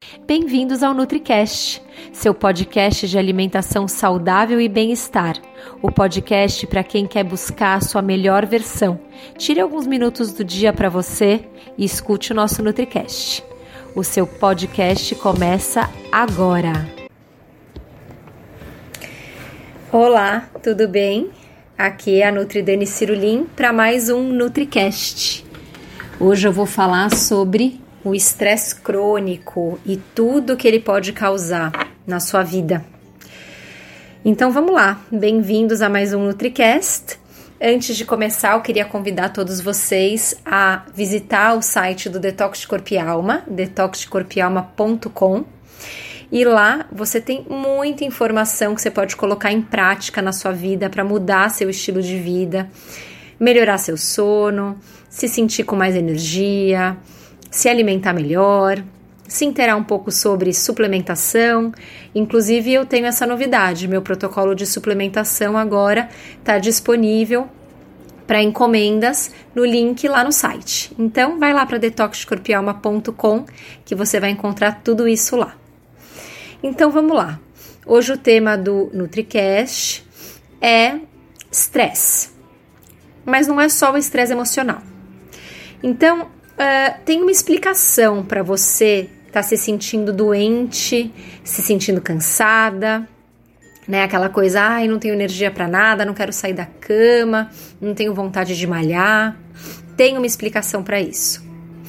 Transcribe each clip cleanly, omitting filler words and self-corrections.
Bem-vindos ao NutriCast, seu podcast de alimentação saudável e bem-estar. O podcast para quem quer buscar a sua melhor versão. Tire alguns minutos do dia para você e escute o nosso NutriCast. O seu podcast começa agora. Olá, tudo bem? Aqui é a Nutri Dani Cirulim para mais um NutriCast. Hoje eu vou falar sobre o estresse crônico e tudo que ele pode causar na sua vida. Então vamos lá, bem-vindos a mais um NutriCast. Antes de começar, eu queria convidar todos vocês a visitar o site do Detox de Corpo e Alma, detoxdecorpoealma.com, e lá você tem muita informação que você pode colocar em prática na sua vida para mudar seu estilo de vida, melhorar seu sono, se sentir com mais energia, se alimentar melhor, se inteirar um pouco sobre suplementação. Inclusive eu tenho essa novidade, meu protocolo de suplementação agora está disponível para encomendas no link lá no site. Então vai lá para detoxdecorpoealma.com que você vai encontrar tudo isso lá. Então vamos lá, hoje o tema do NutriCast é estresse, mas não é só o estresse emocional. Então tem uma explicação para você estar se sentindo doente, se sentindo cansada, né? Aquela coisa, ai, não tenho energia para nada, não quero sair da cama, não tenho vontade de malhar. Tem uma explicação para isso.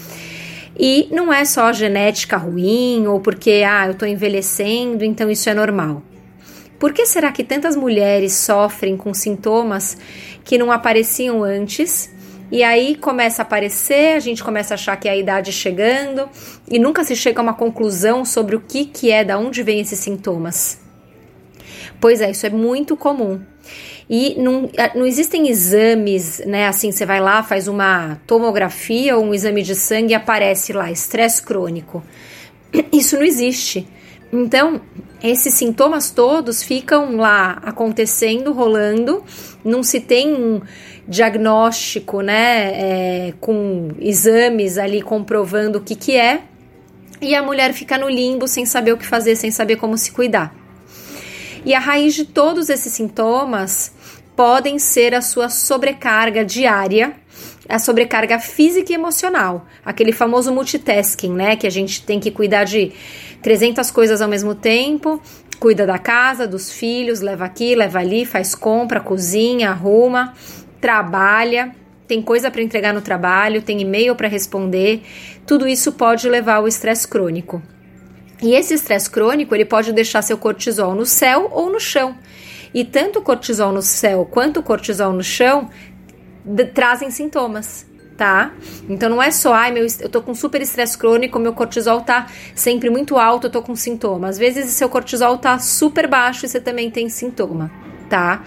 E não é só genética ruim ou porque, eu tô envelhecendo, então isso é normal. Por que será que tantas mulheres sofrem com sintomas que não apareciam antes? E aí começa a aparecer, a gente começa a achar que é a idade chegando e nunca se chega a uma conclusão sobre o que é, de onde vem esses sintomas. Pois é, isso é muito comum. E não existem exames, né, assim, você vai lá, faz uma tomografia ou um exame de sangue e aparece lá, estresse crônico. Isso não existe. Então, esses sintomas todos ficam lá acontecendo, rolando, não se tem um diagnóstico, né, com exames ali comprovando o que é, e a mulher fica no limbo sem saber o que fazer, sem saber como se cuidar. E a raiz de todos esses sintomas podem ser a sua sobrecarga diária, a sobrecarga física e emocional, aquele famoso multitasking, né, que a gente tem que cuidar de 300 coisas ao mesmo tempo, cuida da casa, dos filhos, leva aqui, leva ali, faz compra, cozinha, arruma, trabalha, tem coisa para entregar no trabalho, tem e-mail para responder, tudo isso pode levar ao estresse crônico. E esse estresse crônico, ele pode deixar seu cortisol no céu ou no chão. E tanto o cortisol no céu quanto o cortisol no chão trazem sintomas, tá? Então não é só, eu tô com super estresse crônico, meu cortisol tá sempre muito alto, eu tô com sintoma. Às vezes seu cortisol tá super baixo e você também tem sintoma, tá?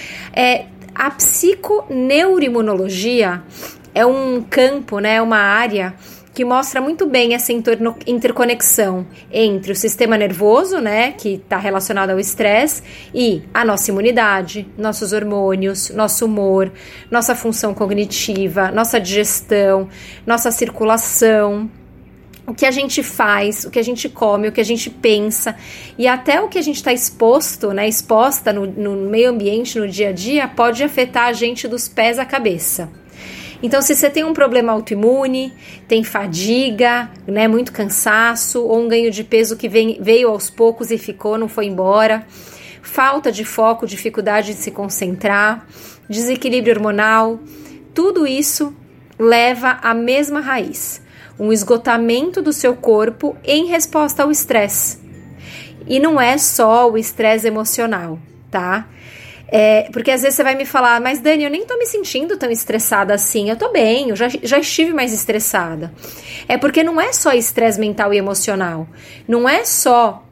A psiconeuroimunologia é um campo, né, uma área que mostra muito bem essa interconexão entre o sistema nervoso, né, que está relacionado ao estresse, e a nossa imunidade, nossos hormônios, nosso humor, nossa função cognitiva, nossa digestão, nossa circulação, o que a gente faz, o que a gente come, o que a gente pensa e até o que a gente está exposta no meio ambiente, no dia a dia, pode afetar a gente dos pés à cabeça. Então, se você tem um problema autoimune, tem fadiga, né, muito cansaço, ou um ganho de peso que veio aos poucos e ficou, não foi embora, falta de foco, dificuldade de se concentrar, desequilíbrio hormonal, tudo isso leva à mesma raiz, um esgotamento do seu corpo em resposta ao estresse. E não é só o estresse emocional, tá? Porque às vezes você vai me falar, mas Dani, eu nem tô me sentindo tão estressada assim, eu tô bem, eu já estive mais estressada. É porque não é só estresse mental e emocional, não é só,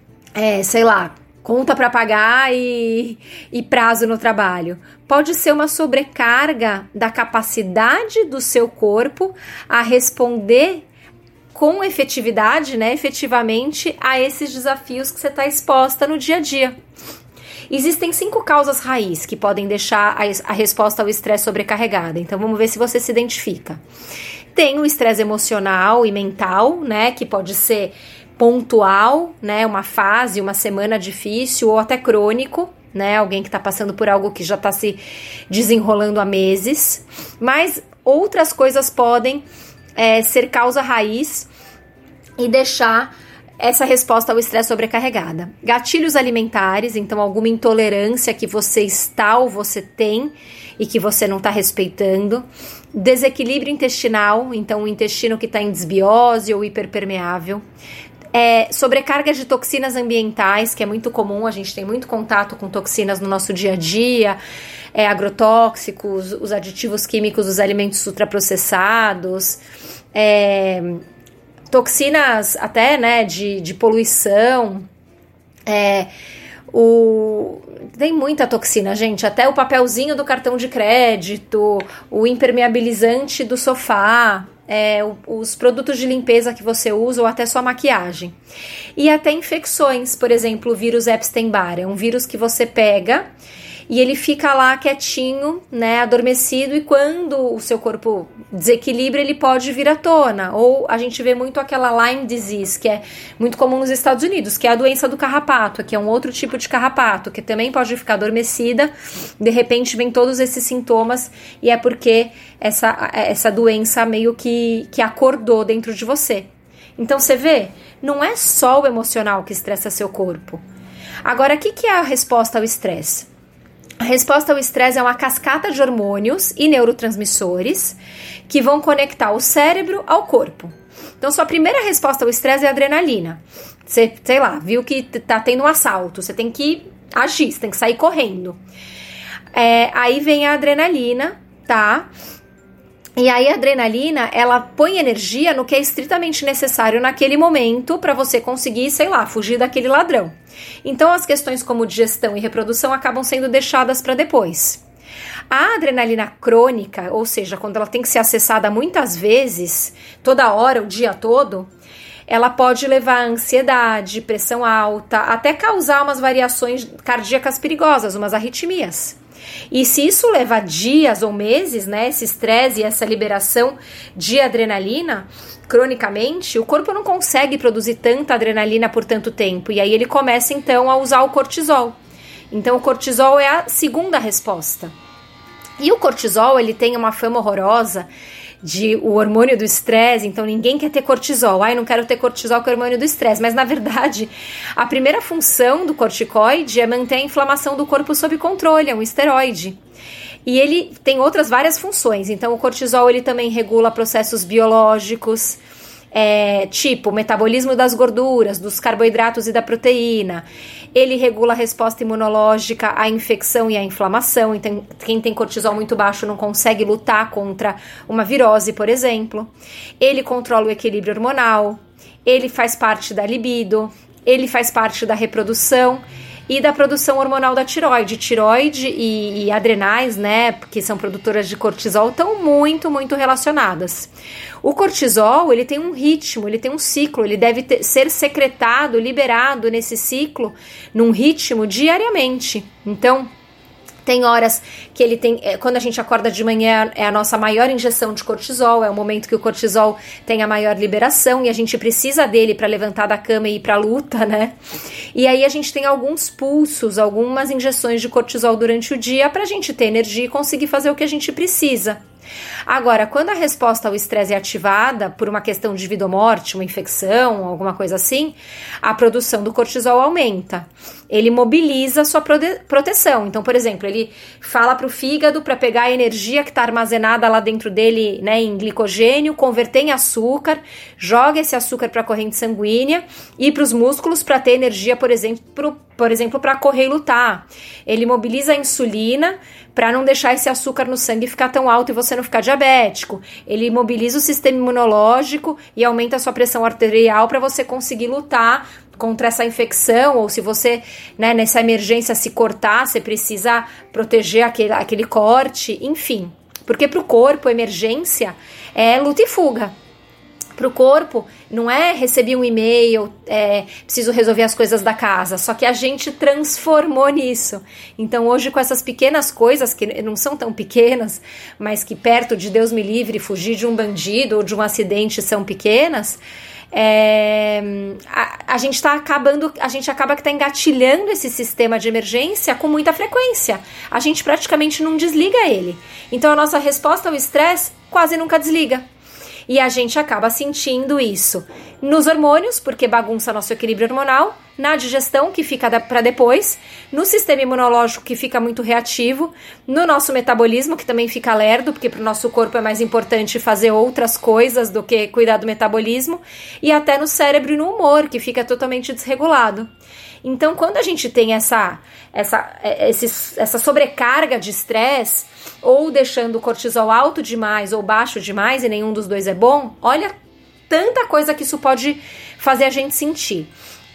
conta pra pagar e prazo no trabalho. Pode ser uma sobrecarga da capacidade do seu corpo a responder com efetividade, né, efetivamente, a esses desafios que você está exposta no dia a dia. Existem 5 causas raiz que podem deixar a resposta ao estresse sobrecarregada. Então, vamos ver se você se identifica. Tem o estresse emocional e mental, né? Que pode ser pontual, né, uma fase, uma semana difícil ou até crônico, né, alguém que está passando por algo que já está se desenrolando há meses, mas outras coisas podem ser causa raiz e deixar essa resposta ao estresse sobrecarregada. Gatilhos alimentares, então alguma intolerância que você está ou você tem e que você não está respeitando. Desequilíbrio intestinal, então o intestino que está em desbiose ou hiperpermeável. Sobrecarga de toxinas ambientais, que é muito comum, a gente tem muito contato com toxinas no nosso dia a dia, agrotóxicos, os aditivos químicos dos alimentos ultraprocessados, toxinas até, né, de poluição, tem muita toxina, gente, até o papelzinho do cartão de crédito, o impermeabilizante do sofá, os produtos de limpeza que você usa ou até sua maquiagem. E até infecções, por exemplo, o vírus Epstein-Barr, é um vírus que você pega e ele fica lá quietinho, né, adormecido, e quando o seu corpo desequilibra, ele pode vir à tona. Ou a gente vê muito aquela Lyme disease, que é muito comum nos Estados Unidos, que é a doença do carrapato, que é um outro tipo de carrapato, que também pode ficar adormecida, de repente vem todos esses sintomas, e é porque essa doença meio que acordou dentro de você. Então você vê, não é só o emocional que estressa seu corpo. Agora, o que é a resposta ao estresse? A resposta ao estresse é uma cascata de hormônios e neurotransmissores que vão conectar o cérebro ao corpo. Então, sua primeira resposta ao estresse é a adrenalina. Você, sei lá, viu que tá tendo um assalto, você tem que agir, você tem que sair correndo. Aí vem a adrenalina, tá? E aí a adrenalina, ela põe energia no que é estritamente necessário naquele momento para você conseguir, sei lá, fugir daquele ladrão. Então as questões como digestão e reprodução acabam sendo deixadas para depois. A adrenalina crônica, ou seja, quando ela tem que ser acessada muitas vezes, toda hora, o dia todo, ela pode levar a ansiedade, pressão alta, até causar umas variações cardíacas perigosas, umas arritmias. E se isso leva dias ou meses, né, esse estresse e essa liberação de adrenalina, cronicamente, o corpo não consegue produzir tanta adrenalina por tanto tempo, e aí ele começa então a usar o cortisol. Então o cortisol é a segunda resposta. E o cortisol, ele tem uma fama horrorosa de o hormônio do estresse, então ninguém quer ter cortisol. Não quero ter cortisol, que é o hormônio do estresse. Mas, na verdade, a primeira função do corticoide é manter a inflamação do corpo sob controle, é um esteroide. E ele tem outras várias funções. Então, o cortisol, ele também regula processos biológicos, tipo o metabolismo das gorduras, dos carboidratos e da proteína. Ele regula a resposta imunológica à infecção e à inflamação. Então, quem tem cortisol muito baixo não consegue lutar contra uma virose, por exemplo. Ele controla o equilíbrio hormonal. Ele faz parte da libido. Ele faz parte da reprodução e da produção hormonal da tireoide. Tireoide e adrenais, né, que são produtoras de cortisol, estão muito, muito relacionadas. O cortisol, ele tem um ritmo, ele tem um ciclo, ele deve ser secretado, liberado nesse ciclo, num ritmo diariamente. Então, tem horas que ele tem, quando a gente acorda de manhã, é a nossa maior injeção de cortisol, é o momento que o cortisol tem a maior liberação e a gente precisa dele para levantar da cama e ir para a luta, né? E aí a gente tem alguns pulsos, algumas injeções de cortisol durante o dia para a gente ter energia e conseguir fazer o que a gente precisa. Agora, quando a resposta ao estresse é ativada por uma questão de vida ou morte, uma infecção, alguma coisa assim, a produção do cortisol aumenta. Ele mobiliza a sua proteção. Então, por exemplo, ele fala para o fígado para pegar a energia que está armazenada lá dentro dele, né, em glicogênio, converter em açúcar, joga esse açúcar para a corrente sanguínea e para os músculos para ter energia, por exemplo, para correr e lutar. Ele mobiliza a insulina para não deixar esse açúcar no sangue ficar tão alto e você não ficar diabético. Ele mobiliza o sistema imunológico e aumenta a sua pressão arterial para você conseguir lutar contra essa infecção, ou se você, né, nessa emergência se cortar, você precisa proteger aquele corte, enfim. Porque para o corpo, emergência é luta e fuga. Para o corpo, não é recebi um e-mail, preciso resolver as coisas da casa, só que a gente transformou nisso. Então hoje, com essas pequenas coisas, que não são tão pequenas, mas que perto de Deus me livre, fugir de um bandido ou de um acidente são pequenas, a gente acaba que está engatilhando esse sistema de emergência com muita frequência. A gente praticamente não desliga ele. Então a nossa resposta ao estresse quase nunca desliga. E a gente acaba sentindo isso nos hormônios, porque bagunça nosso equilíbrio hormonal, na digestão, que fica para depois, no sistema imunológico, que fica muito reativo, no nosso metabolismo, que também fica lerdo, porque para o nosso corpo é mais importante fazer outras coisas do que cuidar do metabolismo, e até no cérebro e no humor, que fica totalmente desregulado. Então, quando a gente tem essa sobrecarga de estresse, ou deixando o cortisol alto demais ou baixo demais, e nenhum dos dois é bom, olha tanta coisa que isso pode fazer a gente sentir.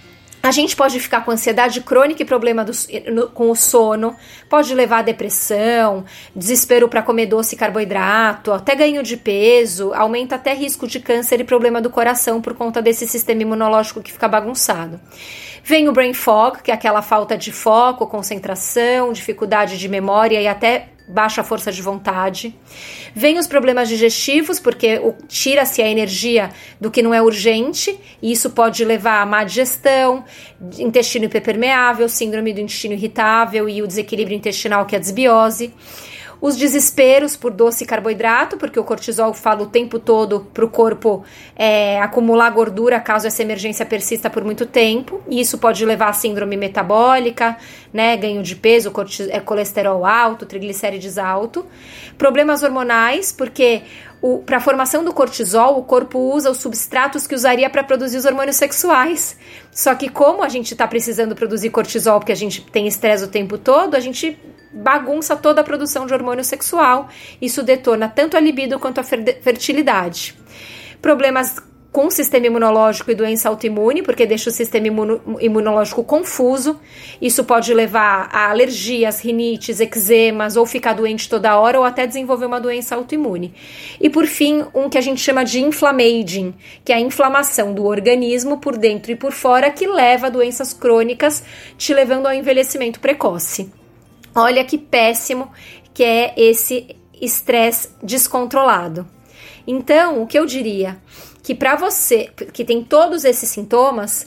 A gente pode ficar com ansiedade crônica e problema com o sono, pode levar a depressão, desespero para comer doce e carboidrato, até ganho de peso, aumenta até risco de câncer e problema do coração por conta desse sistema imunológico que fica bagunçado. Vem o brain fog, que é aquela falta de foco, concentração, dificuldade de memória e até baixa força de vontade. Vem os problemas digestivos, porque tira-se a energia do que não é urgente, e isso pode levar a má digestão, intestino hiperpermeável, síndrome do intestino irritável e o desequilíbrio intestinal, que é a desbiose. Os desesperos por doce e carboidrato, porque o cortisol fala o tempo todo para o corpo acumular gordura caso essa emergência persista por muito tempo, e isso pode levar a síndrome metabólica, né, ganho de peso, colesterol alto, triglicérides alto. Problemas hormonais, porque para a formação do cortisol, o corpo usa os substratos que usaria para produzir os hormônios sexuais. Só que como a gente está precisando produzir cortisol porque a gente tem estresse o tempo todo, a gente bagunça toda a produção de hormônio sexual. Isso detona tanto a libido quanto a fertilidade. Problemas com o sistema imunológico e doença autoimune, porque deixa o sistema imunológico confuso. Isso pode levar a alergias, rinites, eczemas, ou ficar doente toda hora, ou até desenvolver uma doença autoimune. E por fim, um que a gente chama de inflammaging, que é a inflamação do organismo por dentro e por fora, que leva a doenças crônicas, te levando ao envelhecimento precoce. Olha que péssimo que é esse estresse descontrolado. Então, o que eu diria? Que para você, que tem todos esses sintomas,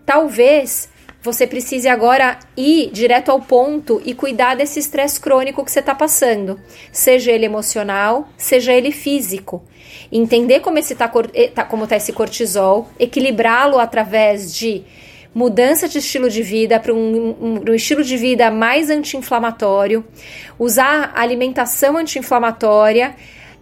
talvez você precise agora ir direto ao ponto e cuidar desse estresse crônico que você está passando. Seja ele emocional, seja ele físico. Entender como tá esse cortisol, equilibrá-lo através de mudança de estilo de vida para um estilo de vida mais anti-inflamatório, usar alimentação anti-inflamatória,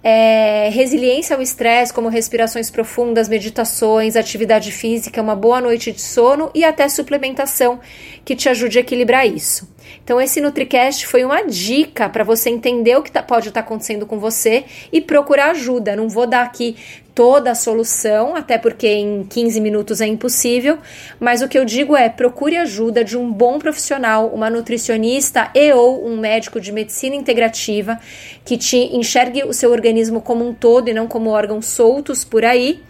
resiliência ao estresse, como respirações profundas, meditações, atividade física, uma boa noite de sono e até suplementação que te ajude a equilibrar isso. Então esse NutriCast foi uma dica para você entender o que pode estar acontecendo com você e procurar ajuda. Não vou dar aqui toda a solução, até porque em 15 minutos é impossível, mas o que eu digo é: procure ajuda de um bom profissional, uma nutricionista ou um médico de medicina integrativa que te enxergue o seu organismo como um todo e não como órgãos soltos por aí,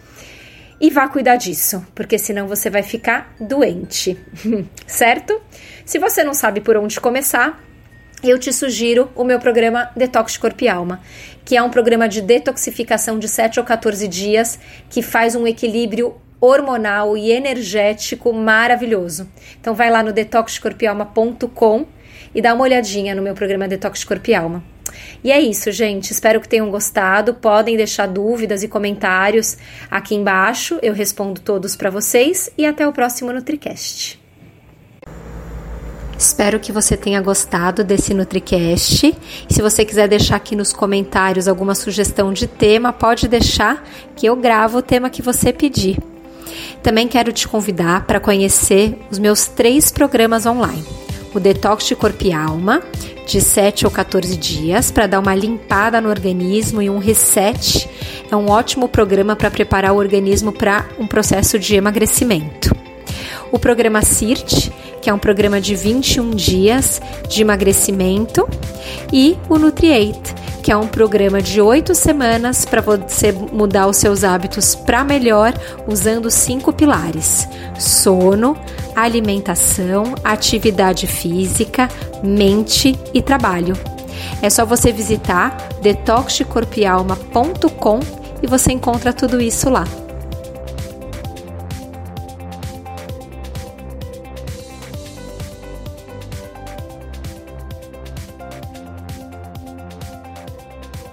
e vá cuidar disso, porque senão você vai ficar doente, certo? Se você não sabe por onde começar, eu te sugiro o meu programa Detox Corpo e Alma, que é um programa de detoxificação de 7 ou 14 dias, que faz um equilíbrio hormonal e energético maravilhoso. Então vai lá no detoxcorpoalma.com e dá uma olhadinha no meu programa Detox Corpo e Alma. E é isso, gente. Espero que tenham gostado. Podem deixar dúvidas e comentários aqui embaixo. Eu respondo todos para vocês. E até o próximo NutriCast. Espero que você tenha gostado desse NutriCast. Se você quiser deixar aqui nos comentários alguma sugestão de tema, pode deixar que eu gravo o tema que você pedir. Também quero te convidar para conhecer os meus 3 programas online. O Detox de Corpo e Alma, de 7 ou 14 dias, para dar uma limpada no organismo e um reset. É um ótimo programa para preparar o organismo para um processo de emagrecimento. O programa CIRT, que é um programa de 21 dias de emagrecimento. E o Nutri-8, que é um programa de 8 semanas para você mudar os seus hábitos para melhor, usando 5 pilares: sono, alimentação, atividade física, mente e trabalho. É só você visitar detoxcorpoalma.com e você encontra tudo isso lá.